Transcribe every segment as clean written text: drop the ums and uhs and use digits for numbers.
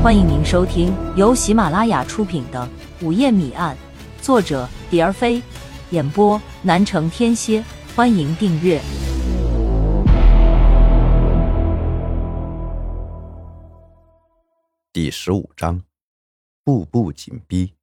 欢迎您收听由喜马拉雅出品的《午夜谜案》，作者蝶儿飞，演播南城天蝎。欢迎订阅。 第15章，步步紧逼。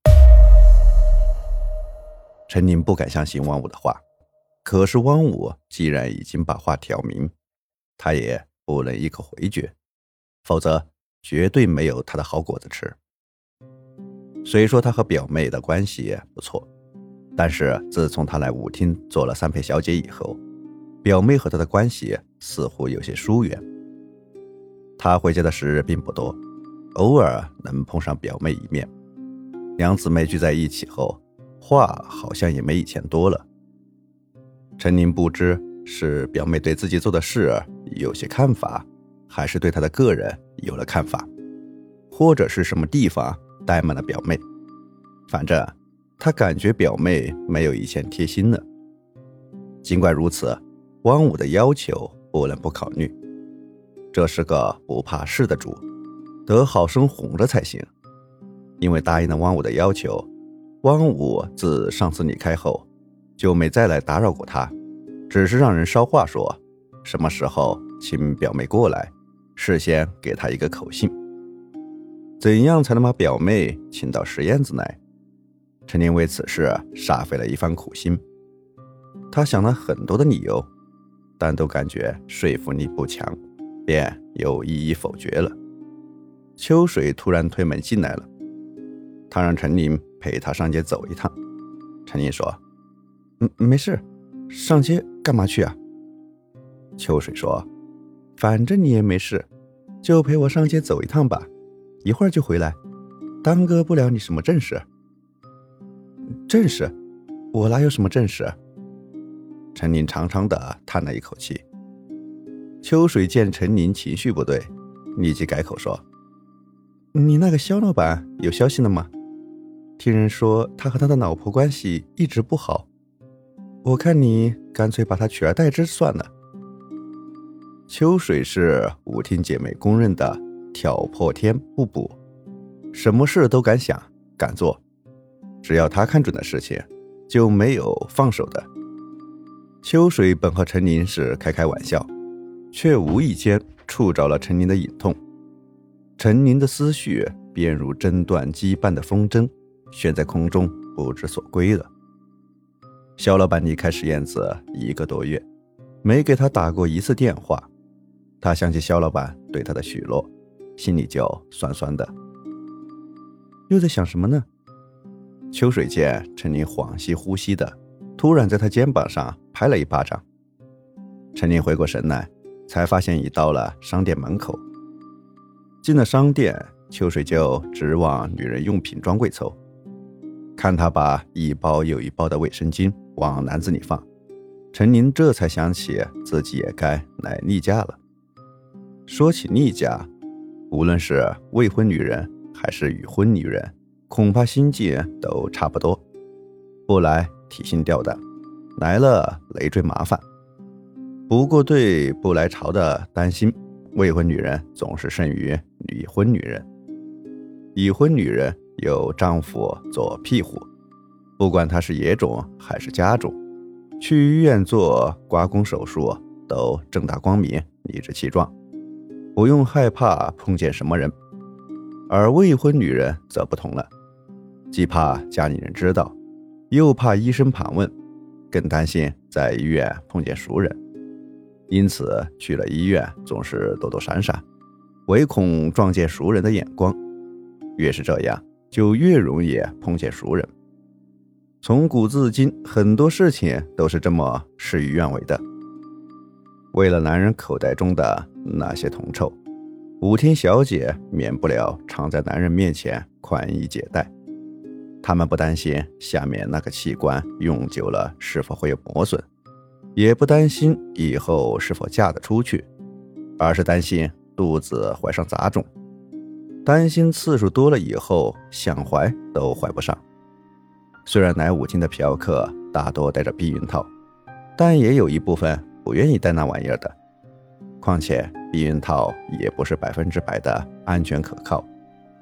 陈宁不敢相信汪武的话，可是汪武既然已经把话挑明，他也不能一口回绝，否则绝对没有他的好果子吃。虽说他和表妹的关系也不错，但是自从他来舞厅做了3陪小姐以后，表妹和他的关系似乎有些疏远。他回家的时日并不多，偶尔能碰上表妹一面，两姊妹聚在一起后，话好像也没以前多了。陈宁不知是表妹对自己做的事有些看法，还是对他的个人有了看法，或者是什么地方怠慢了表妹。反正他感觉表妹没有以前贴心了。尽管如此，汪武的要求不能不考虑，这是个不怕事的主，得好生哄着才行。因为答应了汪武的要求，汪武自上次离开后就没再来打扰过他，只是让人捎话说什么时候请表妹过来，事先给他一个口信。怎样才能把表妹请到石燕子来？陈宁为此事煞费了一番苦心，他想了很多的理由，但都感觉说服力不强，便又一一否决了。秋水突然推门进来了，他让陈宁陪他上街走一趟。陈宁说：没事，上街干嘛去啊？秋水说：反正你也没事，就陪我上街走一趟吧，一会儿就回来，耽搁不了你什么正事。正事？我哪有什么正事？陈宁长长的叹了一口气。秋水见陈宁情绪不对，立即改口说：你那个肖老板有消息了吗？听人说他和他的老婆关系一直不好，我看你干脆把他取而代之算了。秋水是舞厅姐妹公认的挑破天不补，什么事都敢想敢做，只要他看准的事情就没有放手的。秋水本和陈宁是开开玩笑，却无意间触着了陈宁的隐痛。陈宁的思绪便如针断羁绊的风筝，悬在空中不知所归了。肖老板离开石燕子1个多月，没给他打过一次电话。他想起肖老板对他的许诺，心里就酸酸的。又在想什么呢？秋水见陈宁恍兮惚兮的，突然在他肩膀上拍了一巴掌。陈宁回过神来，才发现已到了商店门口。进了商店，秋水就直往女人用品专柜凑，看他把一包又一包的卫生巾往篮子里放，陈宁这才想起自己也该来例假了。说起例假，无论是未婚女人还是已婚女人，恐怕心境都差不多，不来提心吊胆，来了累赘麻烦。不过对不来潮的担心，未婚女人总是胜于已婚女人。已婚女人有丈夫做庇护，不管她是野种还是家种，去医院做刮宫手术都正大光明，理直气壮，不用害怕碰见什么人。而未婚女人则不同了，既怕家里人知道，又怕医生盘问，更担心在医院碰见熟人，因此去了医院总是躲躲闪闪，唯恐撞见熟人的眼光。越是这样，就越容易碰见熟人。从古至今，很多事情都是这么事与愿违的。为了男人口袋中的那些铜臭，舞厅小姐免不了常在男人面前宽衣解带。他们不担心下面那个器官用久了是否会有磨损，也不担心以后是否嫁得出去，而是担心肚子怀上杂种，担心次数多了以后想怀都怀不上。虽然来舞厅的嫖客大多戴着避孕套，但也有一部分不愿意戴那玩意儿的。况且避孕套也不是100%的安全可靠，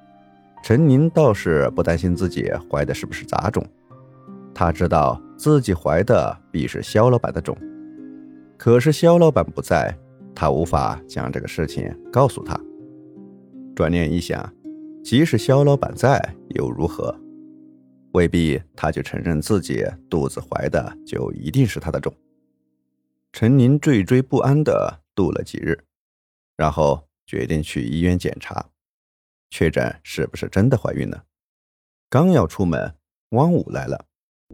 陈宁倒是不担心自己怀的是不是杂种，他知道自己怀的必是肖老板的种，可是肖老板不在，他无法将这个事情告诉他。转念一想，即使肖老板在又如何？未必他就承认自己肚子怀的就一定是他的种。陈宁惴惴不安地度了几日，然后决定去医院检查，确诊是不是真的怀孕呢？刚要出门，汪武来了。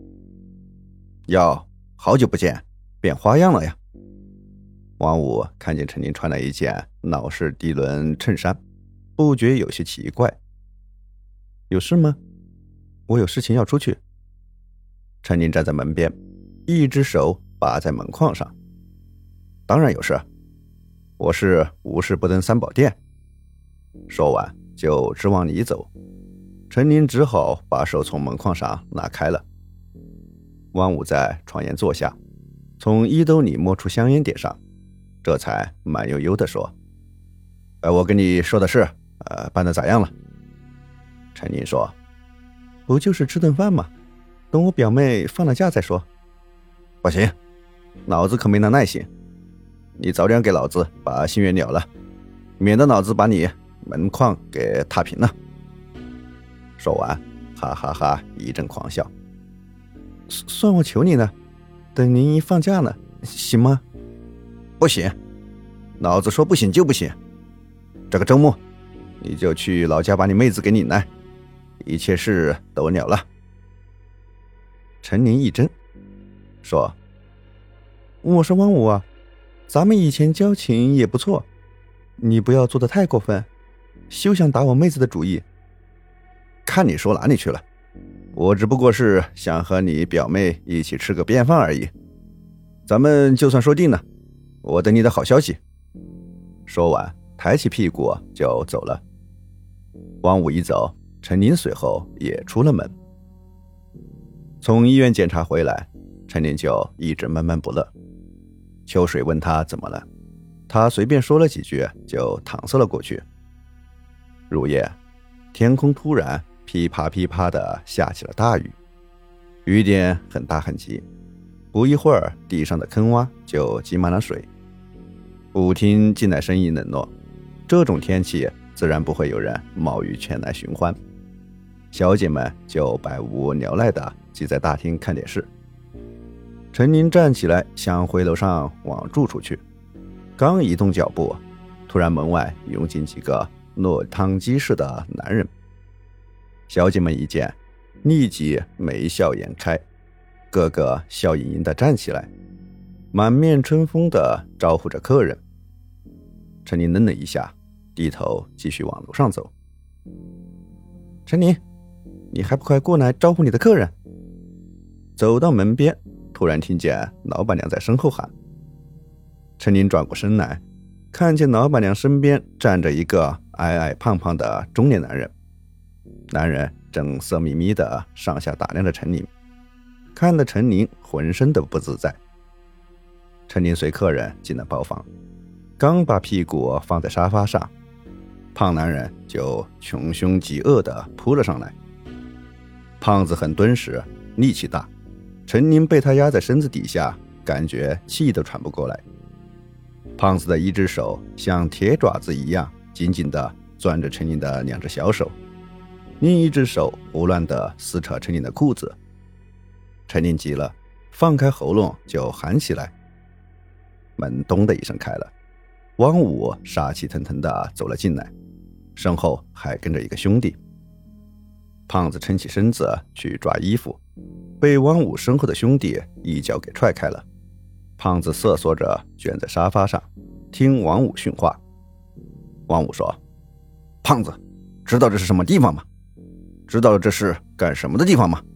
哟，好久不见，变花样了呀。汪武看见陈宁穿了一件老式涤纶衬衫，不觉有些奇怪。有事吗？我有事情要出去。陈宁站在门边，一只手把在门框上。当然有事，我是无事不登三宝殿。说完就直往里走，陈宁只好把手从门框上拿开了。汪武在床沿坐下，从衣兜里摸出香烟点上，这才慢悠悠地说：我跟你说的是，办得咋样了？陈宁说：不就是吃顿饭吗？等我表妹放了假再说。不行，老子可没那耐心，你早点给老子把心愿了了，免得老子把你门框给踏平了。说完哈哈哈一阵狂笑。算我求你了，等您一放假呢，行吗？不行，老子说不行就不行。这个周末你就去老家把你妹子给领来，一切事都了了。陈宁一怔，说：我说汪武啊，咱们以前交情也不错，你不要做得太过分，休想打我妹子的主意。看你说哪里去了，我只不过是想和你表妹一起吃个便饭而已，咱们就算说定了，我等你的好消息。说完抬起屁股就走了。汪武一走，陈宁随后也出了门。从医院检查回来，陈宁就一直闷闷不乐。秋水问他怎么了，他随便说了几句就搪塞了过去。入夜，天空突然噼啪噼啪地下起了大雨，雨点很大很急，不一会儿地上的坑洼就积满了水。舞厅进来声音冷落，这种天气自然不会有人冒雨前来寻欢，小姐们就百无聊赖地挤在大厅看电视。陈宁站起来想回楼上往住处去，刚移动脚步，突然门外涌进几个落汤鸡似的男人。小姐们一见，立即眉笑眼开，个个笑盈盈地站起来，满面春风地招呼着客人。陈宁愣了一下，低头继续往楼上走。陈宁，你还不快过来招呼你的客人？走到门边，突然听见老板娘在身后喊。陈宁转过身来，看见老板娘身边站着一个矮矮胖胖的中年男人，男人正色眯眯地上下打量着陈宁，看得陈宁浑身都不自在。陈宁随客人进了包房，刚把屁股放在沙发上，胖男人就穷凶极恶地扑了上来。胖子很敦实，力气大，陈宁被他压在身子底下，感觉气都喘不过来。胖子的一只手像铁爪子一样紧紧地攥着陈宁的两只小手，另一只手胡乱地撕扯陈宁的裤子。陈宁急了，放开喉咙就喊起来。门咚的一声开了，汪武杀气腾腾地走了进来，身后还跟着一个兄弟。胖子撑起身子去抓衣服，被汪武身后的兄弟一脚给踹开了。胖子瑟缩着卷在沙发上，听王武训话。王武说：胖子，知道这是什么地方吗？知道这是干什么的地方吗？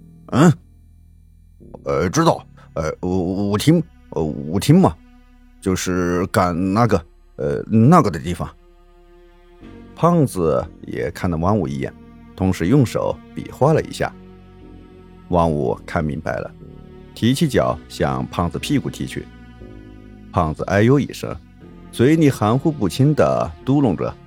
知道，舞厅嘛，就是干那个的地方。胖子也看了王武一眼，同时用手比划了一下。王武看明白了，提起脚向胖子屁股踢去。胖子哎呦一声，嘴里含糊不清地嘟囔着：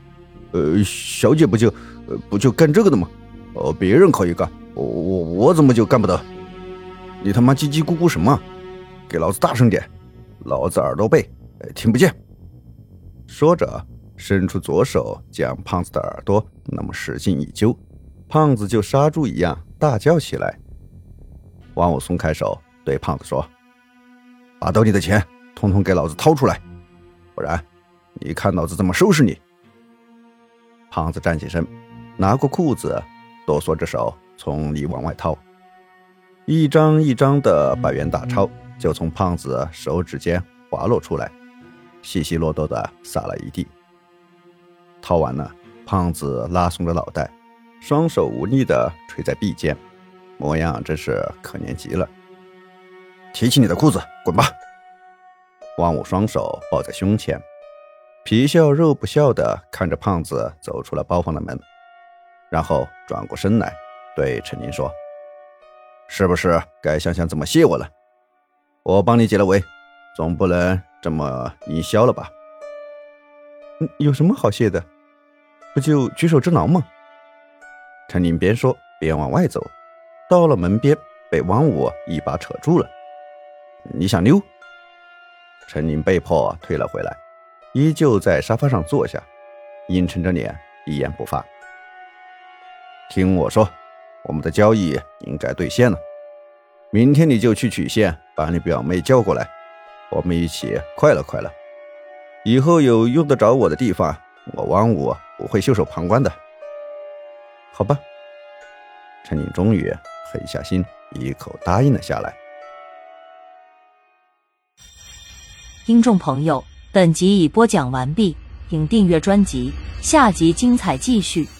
小姐不就干这个的吗？别人可以干，我怎么就干不得？你他妈叽叽咕咕什么？给老子大声点，老子耳朵背，听不见。说着，伸出左手将胖子的耳朵那么使劲一揪，胖子就杀猪一样大叫起来。王五松开手，对胖子说：“把兜里的钱统统给老子掏出来，不然你看老子怎么收拾你。”胖子站起身，拿过裤子，哆嗦着手从里往外掏，一张一张的100元大钞就从胖子手指间滑落出来，稀稀落落的洒了一地。掏完了，胖子拉松着脑袋，双手无力的垂在臂间，模样真是可怜极了。提起你的裤子，滚吧！王五双手抱在胸前，皮笑肉不笑的看着胖子走出了包房的门，然后转过身来对陈林说：“是不是该想想怎么谢我了？我帮你解了围，总不能这么硬销了吧？”有什么好谢的？不就举手之劳吗？陈林边说边往外走，到了门边被王五一把扯住了。你想溜？陈林被迫退了回来，依旧在沙发上坐下，阴沉着脸一言不发。听我说，我们的交易应该兑现了，明天你就去曲县把你表妹叫过来，我们一起快乐快乐。以后有用得着我的地方，我王五不会袖手旁观的。好吧。陈林终于狠下心，一口答应了下来。 听众朋友，本集已播讲完毕，请订阅专辑，下集精彩继续。